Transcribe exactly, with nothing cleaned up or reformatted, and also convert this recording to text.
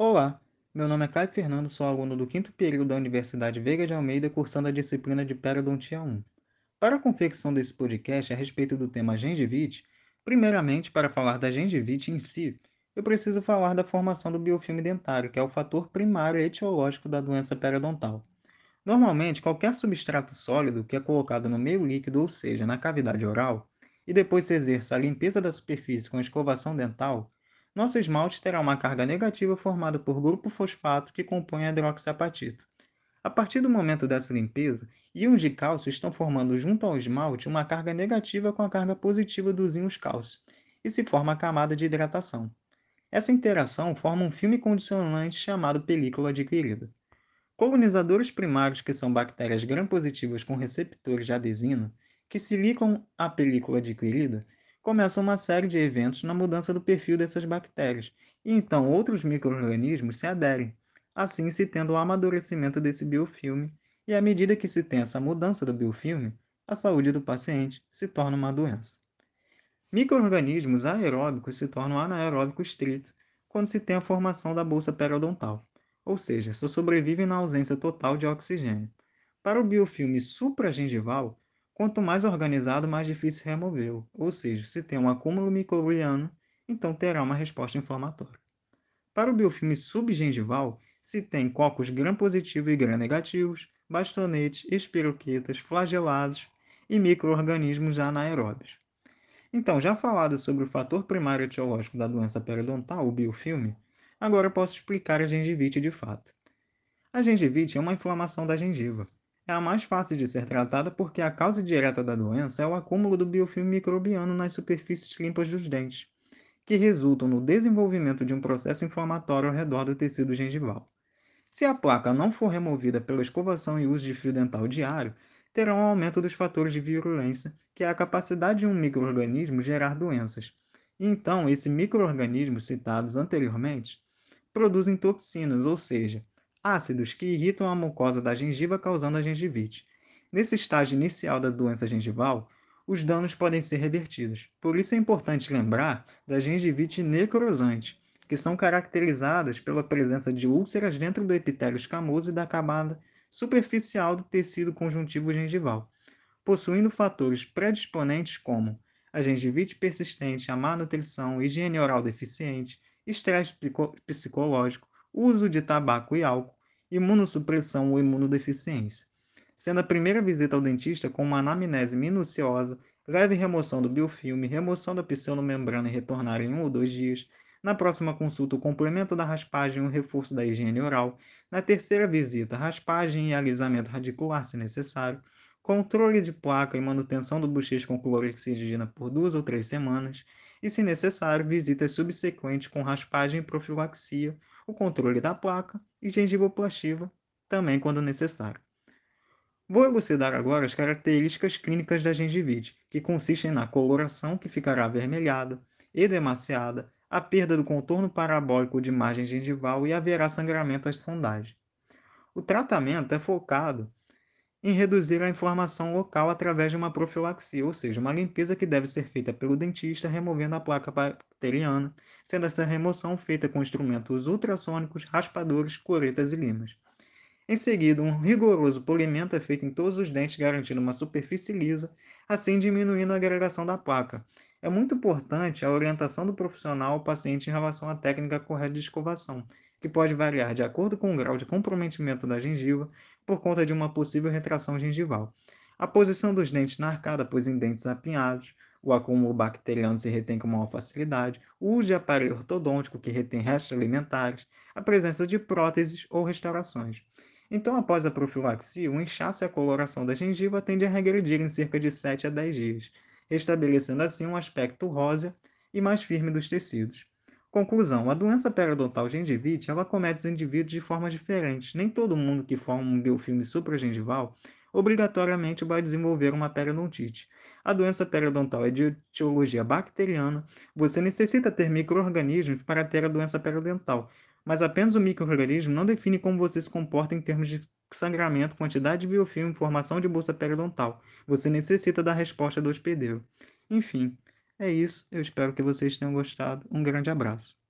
Olá, meu nome é Caio Fernando, sou aluno do quinto período da Universidade Veiga de Almeida, cursando a disciplina de Periodontia um. Para a confecção desse podcast a respeito do tema gengivite, primeiramente, para falar da gengivite em si, eu preciso falar da formação do biofilme dentário, que é o fator primário etiológico da doença periodontal. Normalmente, qualquer substrato sólido que é colocado no meio líquido, ou seja, na cavidade oral, e depois se exerça a limpeza da superfície com escovação dental, nosso esmalte terá uma carga negativa formada por grupo fosfato que compõe a hidroxiapatita. A partir do momento dessa limpeza, íons de cálcio estão formando junto ao esmalte uma carga negativa com a carga positiva dos íons cálcio, e se forma a camada de hidratação. Essa interação forma um filme condicionante chamado película adquirida. Colonizadores primários, que são bactérias gram-positivas com receptores de adesina, que se ligam à película adquirida, começam uma série de eventos na mudança do perfil dessas bactérias, e então outros micro-organismos se aderem, assim se tendo o amadurecimento desse biofilme, e à medida que se tem essa mudança do biofilme, a saúde do paciente se torna uma doença. Micro-organismos aeróbicos se tornam anaeróbicos estritos quando se tem a formação da bolsa periodontal, ou seja, só sobrevivem na ausência total de oxigênio. Para o biofilme supragengival, quanto mais organizado, mais difícil removê-lo, ou seja, se tem um acúmulo microbiano, então terá uma resposta inflamatória. Para o biofilme subgengival, se tem cocos gram-positivo e gram-negativos, bastonetes, espiroquetas, flagelados e micro-organismos anaeróbios. Então, já falado sobre o fator primário etiológico da doença periodontal, o biofilme, agora eu posso explicar a gengivite de fato. A gengivite é uma inflamação da gengiva. É a mais fácil de ser tratada porque a causa direta da doença é o acúmulo do biofilme microbiano nas superfícies limpas dos dentes, que resultam no desenvolvimento de um processo inflamatório ao redor do tecido gengival. Se a placa não for removida pela escovação e uso de fio dental diário, terá um aumento dos fatores de virulência, que é a capacidade de um microorganismo gerar doenças. E então, esses microorganismos citados anteriormente produzem toxinas, ou seja, ácidos que irritam a mucosa da gengiva causando a gengivite. Nesse estágio inicial da doença gengival, os danos podem ser revertidos. Por isso é importante lembrar da gengivite necrosante, que são caracterizadas pela presença de úlceras dentro do epitélio escamoso e da camada superficial do tecido conjuntivo gengival, possuindo fatores predisponentes como a gengivite persistente, a má nutrição, higiene oral deficiente, estresse psicológico, uso de tabaco e álcool, imunossupressão ou imunodeficiência. Sendo a primeira visita ao dentista com uma anamnese minuciosa, leve remoção do biofilme, remoção da pseudomembrana e retornar em um ou dois dias. Na próxima consulta, o complemento da raspagem e o reforço da higiene oral. Na terceira visita, raspagem e alisamento radicular, se necessário. Controle de placa e manutenção do bochecho com clorexidina por duas ou três semanas. E, se necessário, visitas subsequentes com raspagem e profilaxia, o controle da placa e gengivoplastia, também quando necessário. Vou elucidar agora as características clínicas da gengivite, que consistem na coloração, que ficará avermelhada, edemaciada, a perda do contorno parabólico de margem gengival e haverá sangramento às sondagens. O tratamento é focado em reduzir a inflamação local através de uma profilaxia, ou seja, uma limpeza que deve ser feita pelo dentista removendo a placa bacteriana, sendo essa remoção feita com instrumentos ultrassônicos, raspadores, coretas e limas. Em seguida, um rigoroso polimento é feito em todos os dentes, garantindo uma superfície lisa, assim diminuindo a agregação da placa. É muito importante a orientação do profissional ao paciente em relação à técnica correta de escovação, que pode variar de acordo com o grau de comprometimento da gengiva por conta de uma possível retração gengival. A posição dos dentes na arcada, pois em dentes apinhados, o acúmulo bacteriano se retém com maior facilidade, o uso de aparelho ortodôntico que retém restos alimentares, a presença de próteses ou restaurações. Então, após a profilaxia, o inchaço e a coloração da gengiva tende a regredir em cerca de sete a dez dias, estabelecendo assim um aspecto rósea e mais firme dos tecidos. Conclusão: a doença periodontal gengivite ela comete os indivíduos de formas diferentes. Nem todo mundo que forma um biofilme supragengival obrigatoriamente vai desenvolver uma periodontite. A doença periodontal é de etiologia bacteriana. Você necessita ter micro-organismos para ter a doença periodontal, mas apenas o microorganismo não define como você se comporta em termos de sangramento, quantidade de biofilme e formação de bolsa periodontal. Você necessita da resposta do hospedeiro. Enfim, é isso. Eu espero que vocês tenham gostado. Um grande abraço.